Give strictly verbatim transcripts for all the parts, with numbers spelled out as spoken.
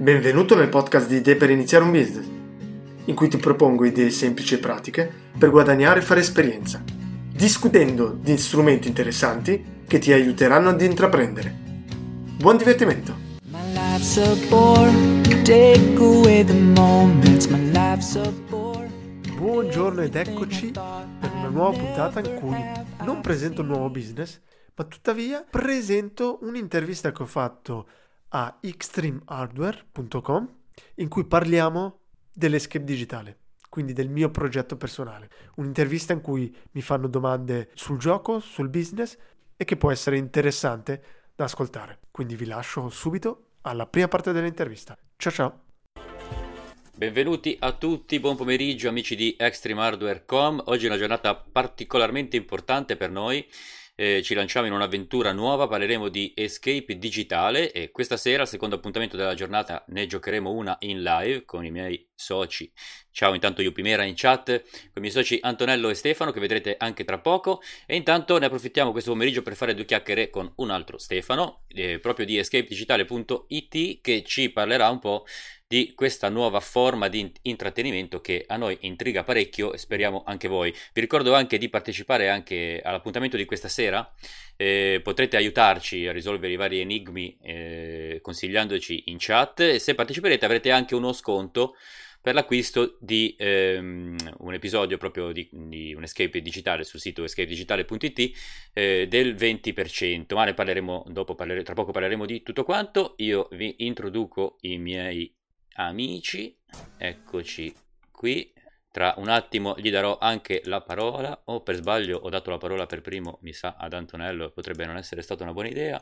Benvenuto nel podcast di Idee per iniziare un business, in cui ti propongo idee semplici e pratiche per guadagnare e fare esperienza, discutendo di strumenti interessanti che ti aiuteranno ad intraprendere. Buon divertimento! Buongiorno ed eccoci per una nuova puntata in cui non presento un nuovo business, ma tuttavia presento un'intervista che ho fatto a extreme hardware punto com in cui parliamo dell'escape digitale, quindi del mio progetto personale. Un'intervista in cui mi fanno domande sul gioco, sul business e che può essere interessante da ascoltare. Quindi vi lascio subito alla prima parte dell'intervista. Ciao ciao! Benvenuti a tutti, buon pomeriggio amici di extreme hardware punto com. Oggi è una giornata particolarmente importante per noi. Eh, ci lanciamo in un'avventura nuova, parleremo di escape digitale e questa sera, al secondo appuntamento della giornata, ne giocheremo una in live con i miei soci. Ciao, intanto io Primera in chat, con i miei soci Antonello e Stefano, che vedrete anche tra poco, e intanto ne approfittiamo questo pomeriggio per fare due chiacchiere con un altro Stefano, eh, proprio di escape digitale punto it, che ci parlerà un po' di questa nuova forma di intrattenimento che a noi intriga parecchio e speriamo anche voi. Vi ricordo anche di partecipare anche all'appuntamento di questa sera. Eh, potrete aiutarci a risolvere i vari enigmi eh, consigliandoci in chat, e se parteciperete avrete anche uno sconto per l'acquisto di ehm, un episodio proprio di, di un escape digitale sul sito escape digitale punto it eh, del venti per cento, ma ne parleremo dopo, parlere, tra poco parleremo di tutto quanto. Io vi introduco i miei amici, eccoci qui. Tra un attimo gli darò anche la parola, o oh, per sbaglio ho dato la parola per primo, mi sa, ad Antonello, potrebbe non essere stata una buona idea.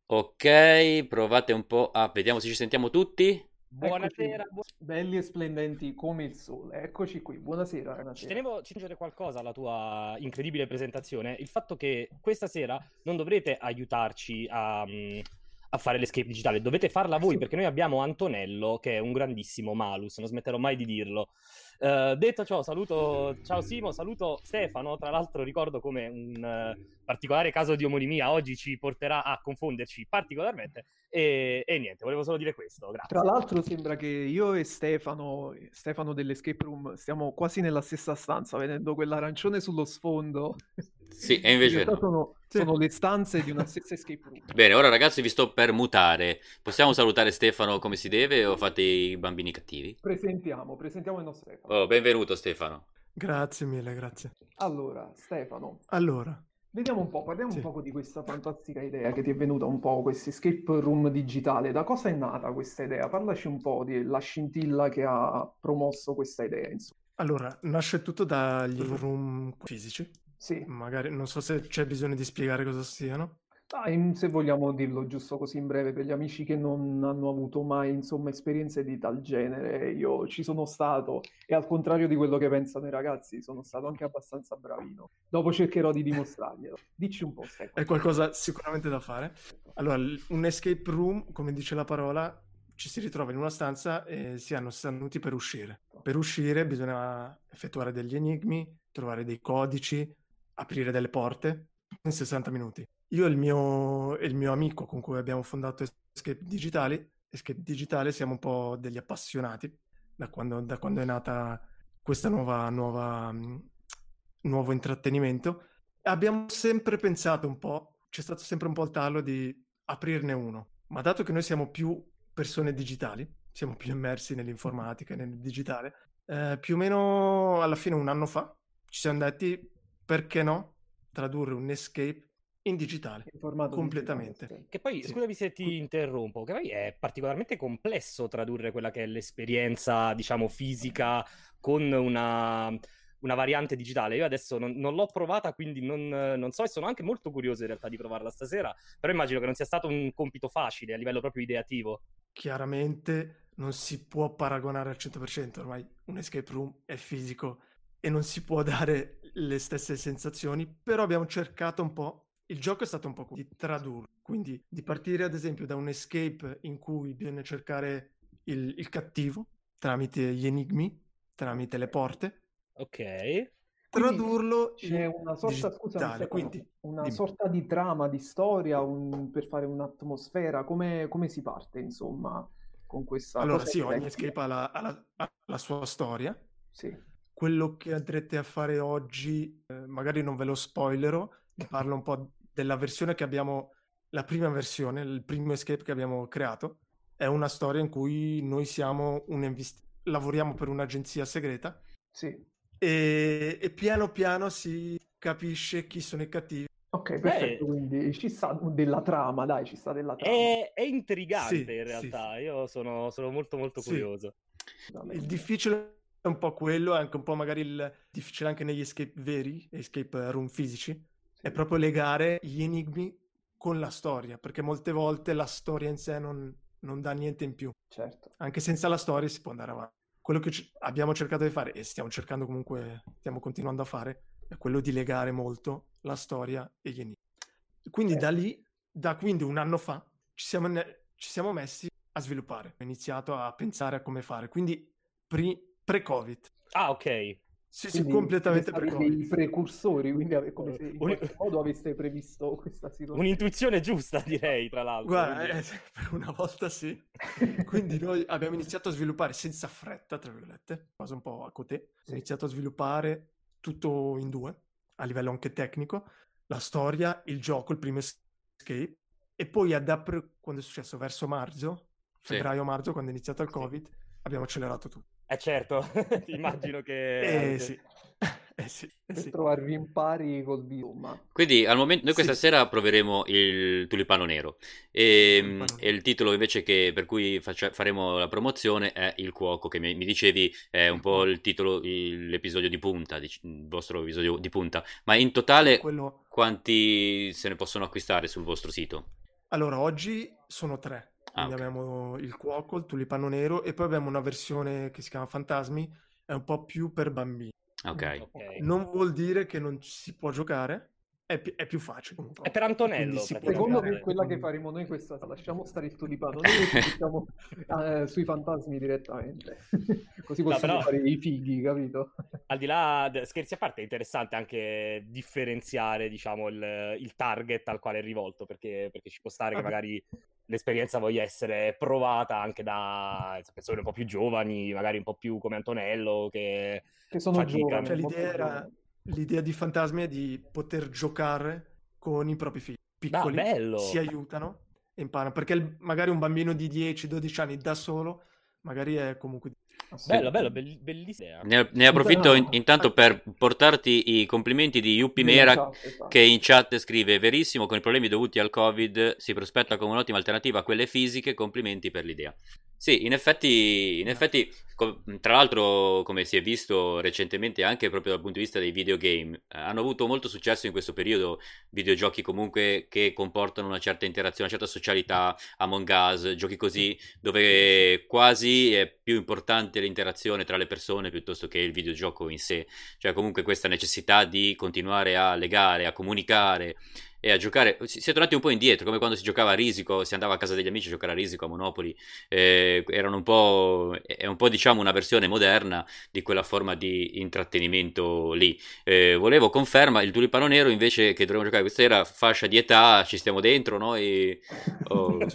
Ok, provate un po' a... vediamo se ci sentiamo tutti. Buonasera, bu- belli e splendenti come il sole, eccoci qui, buonasera. buonasera. Ci tenevo a aggiungere qualcosa alla tua incredibile presentazione, il fatto che questa sera non dovrete aiutarci a... mm, a fare l'escape digitale, dovete farla voi, Sì. perché noi abbiamo Antonello che è un grandissimo malus, non smetterò mai di dirlo. Uh, detto ciò, saluto, ciao Simo, saluto Stefano, tra l'altro ricordo come un uh, particolare caso di omonimia oggi ci porterà a confonderci particolarmente, e, e niente, volevo solo dire questo, grazie. Tra l'altro sembra che io e Stefano, Stefano dell'Escape Room, stiamo quasi nella stessa stanza, vedendo quell'arancione sullo sfondo. Sì, e invece in realtà no. sono, sono le stanze di una stessa escape room. Bene, ora ragazzi vi sto per mutare. Possiamo salutare Stefano come si deve o fate i bambini cattivi? Presentiamo, presentiamo il nostro Stefano. Oh, benvenuto Stefano. Grazie mille, grazie. Allora, Stefano, Allora, vediamo un po', parliamo Sì. un po' di questa fantastica idea che ti è venuta un po', questo escape room digitale. Da cosa è nata questa idea? Parlaci un po' della scintilla che ha promosso questa idea, insomma. allora, nasce tutto dagli room fisici. Sì, Magari non so se c'è bisogno di spiegare cosa siano. dai, se vogliamo dirlo giusto così in breve per gli amici che non hanno avuto mai, insomma, esperienze di tal genere. Io ci sono stato e al contrario di quello che pensano i ragazzi, sono stato anche abbastanza bravino. Dopo cercherò di dimostrarglielo. Dici un po', Stefano. È qualcosa sicuramente da fare. Allora, l- un escape room, come dice la parola, ci si ritrova in una stanza e si hanno sessanta minuti per uscire. Per uscire bisogna effettuare degli enigmi, trovare dei codici, aprire delle porte in sessanta minuti. Io e il mio, e il mio amico con cui abbiamo fondato Escape Digitali, Escape Digitale, siamo un po' degli appassionati da quando, da quando è nata questa nuova, nuova, mh, nuovo intrattenimento. Abbiamo sempre pensato un po', c'è stato sempre un po' il tallo di aprirne uno, ma dato che noi siamo più persone digitali, siamo più immersi nell'informatica e nel digitale, eh, più o meno alla fine un anno fa ci siamo detti perché no tradurre un escape in digitale, In formato completamente. digitale, sì. Che poi, Sì. scusami se ti interrompo, che poi è particolarmente complesso tradurre quella che è l'esperienza, diciamo, fisica con una, una variante digitale. Io adesso non, non l'ho provata, quindi non, non so, e sono anche molto curioso in realtà di provarla stasera, però immagino che non sia stato un compito facile a livello proprio ideativo. Chiaramente non si può paragonare al cento per cento, ormai un escape room è fisico e non si può dare le stesse sensazioni, però abbiamo cercato un po', il gioco è stato un po' di tradurlo, quindi di partire ad esempio da un escape in cui bisogna cercare il, il cattivo tramite gli enigmi, tramite le porte, Ok. tradurlo C'è in una sorta, scusami, digitale, Stefano, quindi una dimmi. sorta di trama, di storia, un- per fare un'atmosfera, come, come si parte, insomma, con questa Allora cosa sì, ogni eclettica. escape ha la, ha la- ha la sua storia. Sì, Quello che andrete a fare oggi, eh, magari non ve lo spoilerò, vi parlo un po' della versione che abbiamo, la prima versione, il primo escape che abbiamo creato. È una storia in cui noi siamo un invest- lavoriamo per un'agenzia segreta sì. e, e piano piano si capisce chi sono i cattivi. Ok, perfetto, Beh, quindi ci sta della trama, dai, ci sta della trama. è, è intrigante Sì, in sì, realtà, io sono, sono molto molto sì. curioso. Il difficile è un po' quello, è anche un po' magari il difficile anche negli escape veri, escape room fisici, Sì. è proprio legare gli enigmi con la storia, perché molte volte la storia in sé non, non dà niente in più. Certo. Anche senza la storia si può andare avanti. Quello che ci- abbiamo cercato di fare, e stiamo cercando comunque, stiamo continuando a fare, è quello di legare molto la storia e gli enigmi. Quindi da Certo. lì, da quindi un anno fa, ci siamo, ne- ci siamo messi a sviluppare. Ho iniziato a pensare a come fare. Quindi pre- pre-Covid. Ah, ok. Sì, sì, Quindi siete completamente stati dei pre-Covid. precursori, quindi ave- come se in Un- qualche modo aveste previsto questa situazione. Un'intuizione giusta, direi, tra l'altro. Guarda, quindi- eh, per una volta sì. Quindi noi abbiamo iniziato a sviluppare senza fretta, tra virgolette, cosa un po' a cotè. Ho Sì. iniziato a sviluppare tutto in due, a livello anche tecnico, la storia, il gioco, il primo escape, e poi ad apri- quando è successo verso marzo, Sì. febbraio-marzo, quando è iniziato il Sì. Covid, abbiamo accelerato tutto. Eh certo, immagino che... Eh avete- sì, eh sì, eh Per sì. trovare rimpari col video, ma Quindi al momento noi questa Sì. sera proveremo il tulipano nero e, Tulipano e il titolo invece che, per cui faccia- faremo la promozione è Il cuoco, che mi, mi dicevi è un Il po' cuoco. il titolo, il- l'episodio di punta, dic- il vostro episodio di punta. Ma in Sì, totale quello... quanti se ne possono acquistare sul vostro sito? Allora, oggi sono tre. Ah, Quindi ok. abbiamo il cuoco, il tulipano nero e poi abbiamo una versione che si chiama Fantasmi, è un po' più per bambini. Ok. Ok. Non vuol dire che non si può giocare, è, pi- è più facile. È per Antonello, Quindi si può secondo giocare me praticamente. quella che faremo noi questa sera, lasciamo stare il tulipano, noi ci mettiamo eh, sui fantasmi direttamente, così No, possiamo però- fare i fighi, capito? Al di là, de- scherzi a parte, è interessante anche differenziare, diciamo, il, il target al quale è rivolto, perché, perché ci può stare che Vabbè. magari l'esperienza voglia essere provata anche da insomma, persone un po' più giovani, magari un po' più come Antonello, che Che sono faticano. giovani. Cioè, molto l'idea, era, giovani. l'idea di Fantasmi è di poter giocare con i propri figli piccoli, bello! si aiutano e imparano, perché il- magari un bambino di dieci dodici anni da solo, magari è comunque... Bello, bello, bell- bellissima. Ne, ne approfitto in- No. intanto per portarti i complimenti di Yuppi Mera, Esatto, esatto. che in chat scrive: verissimo, con i problemi dovuti al Covid si prospetta come un'ottima alternativa a quelle fisiche, complimenti per l'idea. Sì, in effetti, in effetti co- tra l'altro, come si è visto recentemente anche proprio dal punto di vista dei videogame, eh, hanno avuto molto successo in questo periodo videogiochi comunque che comportano una certa interazione, una certa socialità, Among Us, giochi così, dove quasi è più importante l'interazione tra le persone piuttosto che il videogioco in sé, cioè comunque questa necessità di continuare a legare, a comunicare e a giocare. Si, si è tornati un po' indietro, come quando si giocava a Risico, si andava a casa degli amici a giocare a Risico, a Monopoli, eh, erano un po', è un po' diciamo una versione moderna di quella forma di intrattenimento lì. Eh, volevo conferma, il tulipano nero invece che dovremmo giocare questa sera, fascia di età, ci stiamo dentro noi? Oh.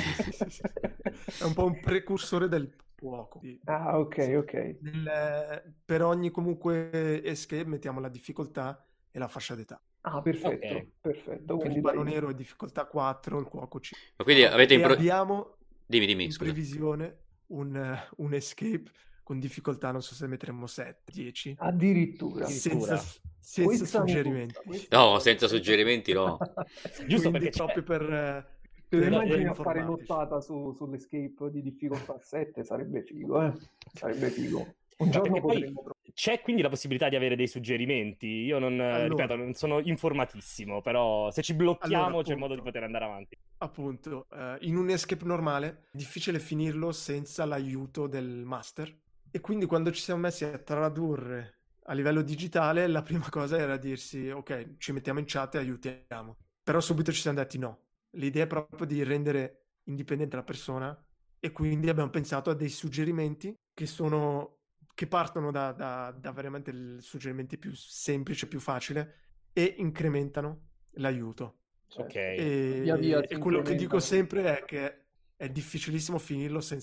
È un po' un precursore del cuoco. Ah, ok, Sì. ok. Nel- per ogni comunque escape mettiamo la difficoltà e la fascia d'età. Ah, perfetto, Ok. perfetto. Il Quindi tulipano dai, nero è difficoltà quattro, il cuoco cinque. Ma quindi avete in E pro- abbiamo Dimmi, dimmi, in scusa. previsione un, eh, un escape con difficoltà, non so se metteremo sette, dieci, addirittura. senza, senza Questa mi suggerimenti. gusta, questa No, mi senza gusta. suggerimenti no. Giusto, Quindi perché c'è- proprio per, eh, Te lo per immagini gli a fare informatici. nottata su, sull'escape di difficoltà sette? Sarebbe figo, eh? Sarebbe figo. Un Ma giorno perché poi potremmo provare. c'è quindi la possibilità di avere dei suggerimenti. Io non, eh, Allora. ripeto, non sono informatissimo, però se ci blocchiamo Allora, c'è modo di appunto. poter andare avanti. Appunto, eh, in un escape normale è difficile finirlo senza l'aiuto del master e quindi quando ci siamo messi a tradurre a livello digitale la prima cosa era dirsi ok, ci mettiamo in chat e aiutiamo, però subito ci siamo detti no, l'idea è proprio di rendere indipendente la persona e quindi abbiamo pensato a dei suggerimenti che sono che partono da, da, da veramente il suggerimenti più semplice, più facile e incrementano l'aiuto. Certo. Ok. E, Via via si e quello che dico incrementano. sempre è che è difficilissimo finirlo senza su-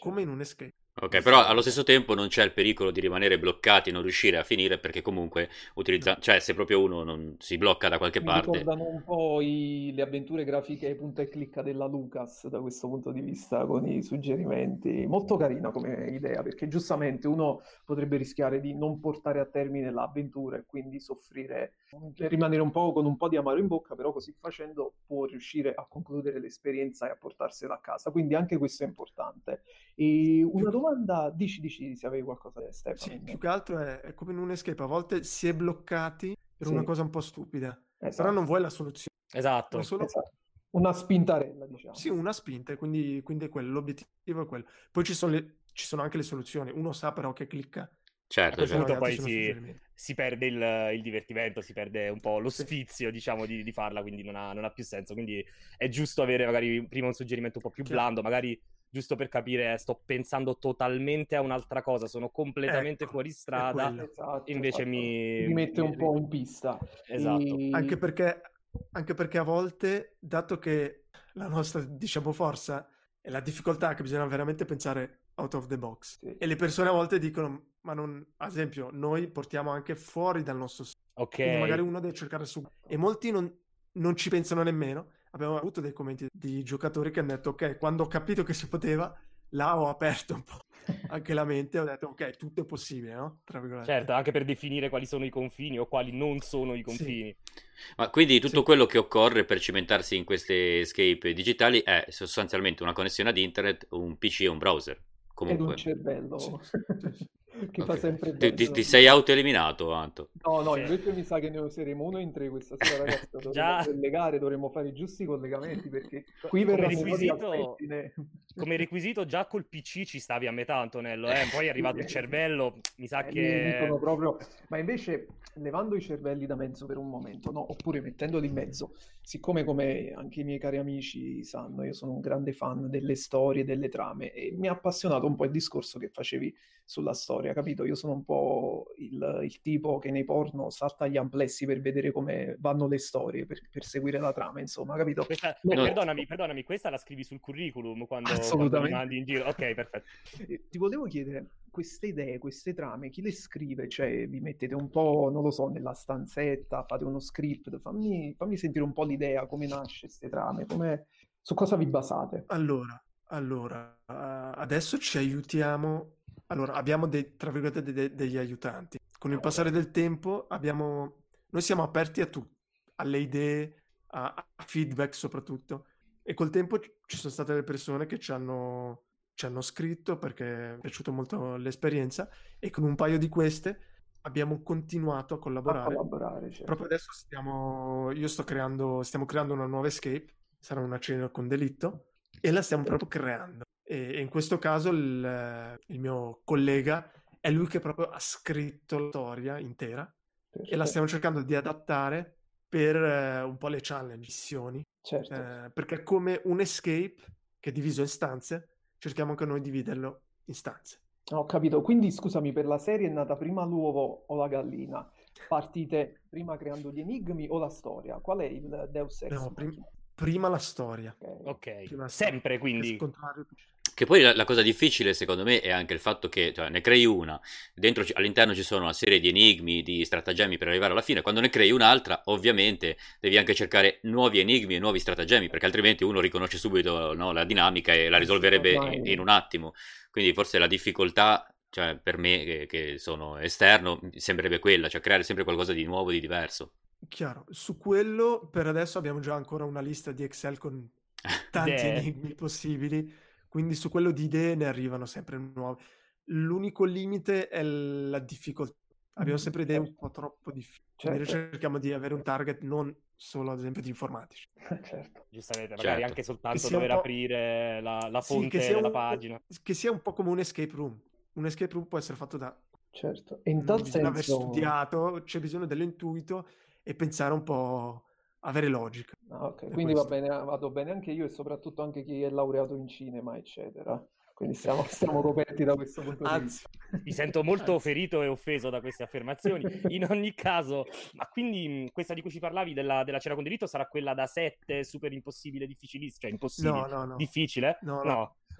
come in un escape. Ok, però allo stesso tempo non c'è il pericolo di rimanere bloccati, non riuscire a finire, perché comunque utilizza, cioè se proprio uno non si blocca da qualche Mi parte. ricordano un po' i- le avventure grafiche punta e clicca della Lucas da questo punto di vista, con i suggerimenti. Molto carina come idea, perché giustamente uno potrebbe rischiare di non portare a termine l'avventura e quindi soffrire, rimanere un po' con un po' di amaro in bocca, però così facendo può riuscire a concludere l'esperienza e a portarsela a casa. Quindi anche questo è importante. E una domanda, dici, dici se avevi qualcosa da Stefano. Sì, più che altro è, è come in un escape, a volte si è bloccati per Sì. una cosa un po' stupida, Esatto. però non vuoi la soluzione. Esatto. Vuoi solo Esatto. Una spintarella, diciamo. sì, una spinta, e quindi, quindi è quello, l'obiettivo è quello. Poi ci sono, le- ci sono anche le soluzioni, uno sa però che clicca, A Certo, quel certo. punto gli poi altri sono si, suggerimenti. si perde il, il divertimento, si perde un po' lo Sì. sfizio, diciamo, di, di farla, quindi non ha, non ha più senso. Quindi è giusto avere magari prima un suggerimento un po' più Chiaro. blando, magari giusto per capire, eh, sto pensando totalmente a un'altra cosa, sono completamente Ecco, fuori è strada, quello. Esatto, invece esatto. mi... Ti mette mi- un po' in pista. Esatto. E- Anche perché, anche perché a volte, dato che la nostra, diciamo, forza è la difficoltà, che bisogna veramente pensare out of the box. Sì. E le persone a volte dicono, ma non, ad esempio, noi portiamo anche fuori dal nostro scopo. Ok. Quindi magari uno deve cercare su. E molti non, non ci pensano nemmeno. Abbiamo avuto dei commenti di giocatori che hanno detto, ok, quando ho capito che si poteva, là ho aperto un po' anche la mente, ho detto, ok, tutto è possibile, no? Tra virgolette. Certo, anche per definire quali sono i confini o quali non sono i Sì. confini. Ma quindi tutto Sì. quello che occorre per cimentarsi in queste escape digitali è sostanzialmente una connessione ad internet, un P C e un browser. Ed un Comunque. cervello Sì, sì, che Ok. fa sempre Ti, bene. ti- ti sei autoeliminato, Anto. No, no, Sì. invece mi sa che ne useremo uno in tre questa sera, ragazzi. Dovremo Già. collegare, dovremo fare i giusti collegamenti, perché qui Come verranno fuori requisito- al pettine. Come requisito già col P C ci stavi a metà, Antonello, eh? Poi è arrivato il cervello, mi sa Eh, lì dicono che... proprio... Ma invece, levando i cervelli da mezzo per un momento, no? Oppure mettendoli in mezzo, siccome come anche i miei cari amici sanno, io sono un grande fan delle storie, delle trame, e mi ha appassionato un po' il discorso che facevi sulla storia, capito? Io sono un po' il, il tipo che nei porno salta gli amplessi per vedere come vanno le storie, per, per seguire la trama, insomma, capito? Questa... No, Perdonami, perdonami, questa la scrivi sul curriculum quando, quando li Assolutamente. mandi in giro. Ok, perfetto. Eh, Ti volevo chiedere, queste idee, queste trame, chi le scrive? Cioè, vi mettete un po', non lo so, nella stanzetta, fate uno script, fammi, fammi sentire un po' l'idea, come nasce queste trame, come, su cosa vi basate? Allora, allora, eh, adesso ci aiutiamo. Allora, abbiamo dei, tra virgolette, de- de- degli aiutanti. Con il passare del tempo abbiamo, noi siamo aperti a tutto, alle idee, a, a feedback soprattutto. E col tempo ci ci sono state delle persone che ci hanno, ci hanno scritto perché è piaciuta molto l'esperienza, e con un paio di queste abbiamo continuato a A collaborare. collaborare, cioè. Proprio adesso stiamo, io sto creando, stiamo creando una nuova escape, sarà una cena con delitto, e la stiamo proprio creando. E, e in questo caso il, il mio collega è lui che proprio ha scritto la storia intera, e la stiamo cercando di adattare per eh, un po' le challenge, missioni, Certo. eh, perché è come un escape che è diviso in stanze, cerchiamo anche noi di dividerlo in stanze. Ho capito. Quindi, scusami, per la serie è nata prima l'uovo o la gallina? Partite prima creando gli enigmi o la storia? Qual è il Deus Ex No, prim- Machina? prima la storia. Ok. Ok, Prima la storia, sempre che quindi... scontrare- Che poi la, la cosa difficile secondo me è anche il fatto che cioè, ne crei una, dentro ci- all'interno ci sono una serie di enigmi, di stratagemmi per arrivare alla fine, quando ne crei un'altra ovviamente devi anche cercare nuovi enigmi e nuovi stratagemmi, perché altrimenti uno riconosce subito no, la dinamica e la risolverebbe in, in un attimo. Quindi forse la difficoltà, cioè, per me che, che sono esterno, sembrerebbe quella, cioè creare sempre qualcosa di nuovo, di diverso. Chiaro, su quello per adesso abbiamo già ancora una lista di Excel con tanti Idee. enigmi possibili, quindi su quello di idee ne arrivano sempre nuove. L'unico limite è la difficoltà. Abbiamo Mm, sempre idee un certo. po' troppo difficili, quindi noi Certo. cerchiamo di avere un target non solo ad esempio di informatici. Certo. Giustamente, magari Certo. anche soltanto Che sia un dover po'- aprire la, la Sì, fonte che sia della un, pagina. che sia un po' come un escape room. Un escape room può essere fatto da... Certo. E in non tal bisogna aver senso... studiato, c'è bisogno dell'intuito e pensare un po', avere logica. Ah, ok, È quindi va questo. bene, vado bene anche io e soprattutto anche chi è laureato in cinema, eccetera. Quindi stiamo, stiamo coperti da questo punto di Anzi, vista. Mi sento molto Anzi. ferito e offeso da queste affermazioni. In ogni caso, ma quindi mh, questa di cui ci parlavi della, della cena con delitto sarà quella da sette, super impossibile, difficilissima, cioè impossibile, No, no, no. difficile? No, No. no.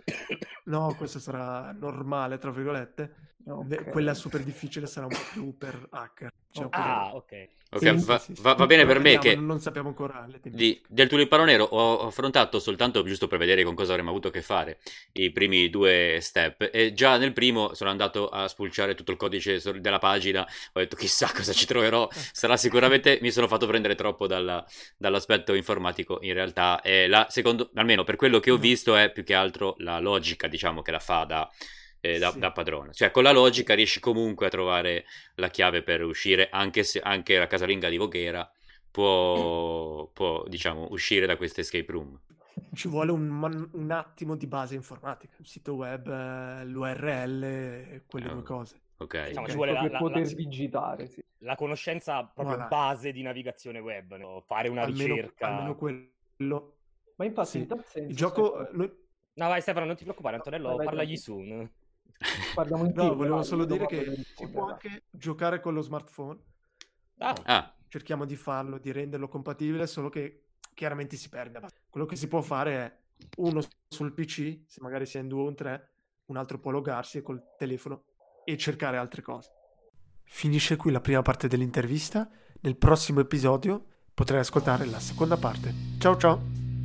No, questo sarà normale, tra virgolette. Okay. Quella super difficile sarà un po' più per hacker. Cioè, Ah, ok. Ok, sì, va, sì, sì. va- va bene per me Vediamo, che non sappiamo ancora le tempistiche. di, del tulipano nero ho ho affrontato soltanto giusto per vedere con cosa avremmo avuto a che fare i primi due step, e già nel primo sono andato a spulciare tutto il codice so- della pagina, ho detto chissà cosa ci troverò, sarà sicuramente, mi sono fatto prendere troppo dalla- dall'aspetto informatico in realtà, e la, secondo, almeno per quello che ho No. visto è più che altro la logica, diciamo, che la fa da, eh, da, Sì. da padrone, cioè con la logica riesci comunque a trovare la chiave per uscire, anche se anche la casalinga di Voghera può, può, diciamo, uscire da questa escape room. Ci vuole un, man- un attimo di base informatica, il sito web, eh, l'U R L, e quelle Ah, due cose. ok. Diciamo, Ok. ci vuole la, per la- poter la- digitare, sì. la conoscenza proprio Voilà. base di navigazione web, no? Fare una Almeno, ricerca. almeno quello. Ma infatti Sì. in tal senso... Il gioco... Stefano, noi- No, vai Stefano, non ti preoccupare, Antonello, Vai, vai, parlagli tranquillo. su. parliamo in No, team, volevo vai, solo io dire dopo che devo si può rispondere. anche giocare con lo smartphone. Ah, Ah, Cerchiamo di farlo, di renderlo compatibile, solo che chiaramente si perde. Quello che si può fare è uno sul P C, se magari si è in due o in tre, un altro può logarsi col telefono e cercare altre cose. Finisce qui la prima parte dell'intervista. Nel prossimo episodio potrai ascoltare la seconda parte. Ciao ciao!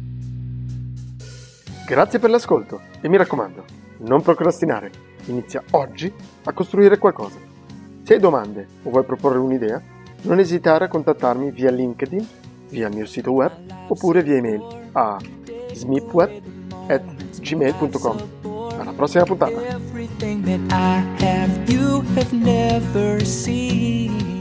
Grazie per l'ascolto e mi raccomando, non procrastinare. Inizia oggi a costruire qualcosa. Se hai domande o vuoi proporre un'idea, non esitare a contattarmi via LinkedIn, via il mio sito web oppure via email a smipweb at gmail punto com. Alla prossima puntata! Everything that I have, you have never seen.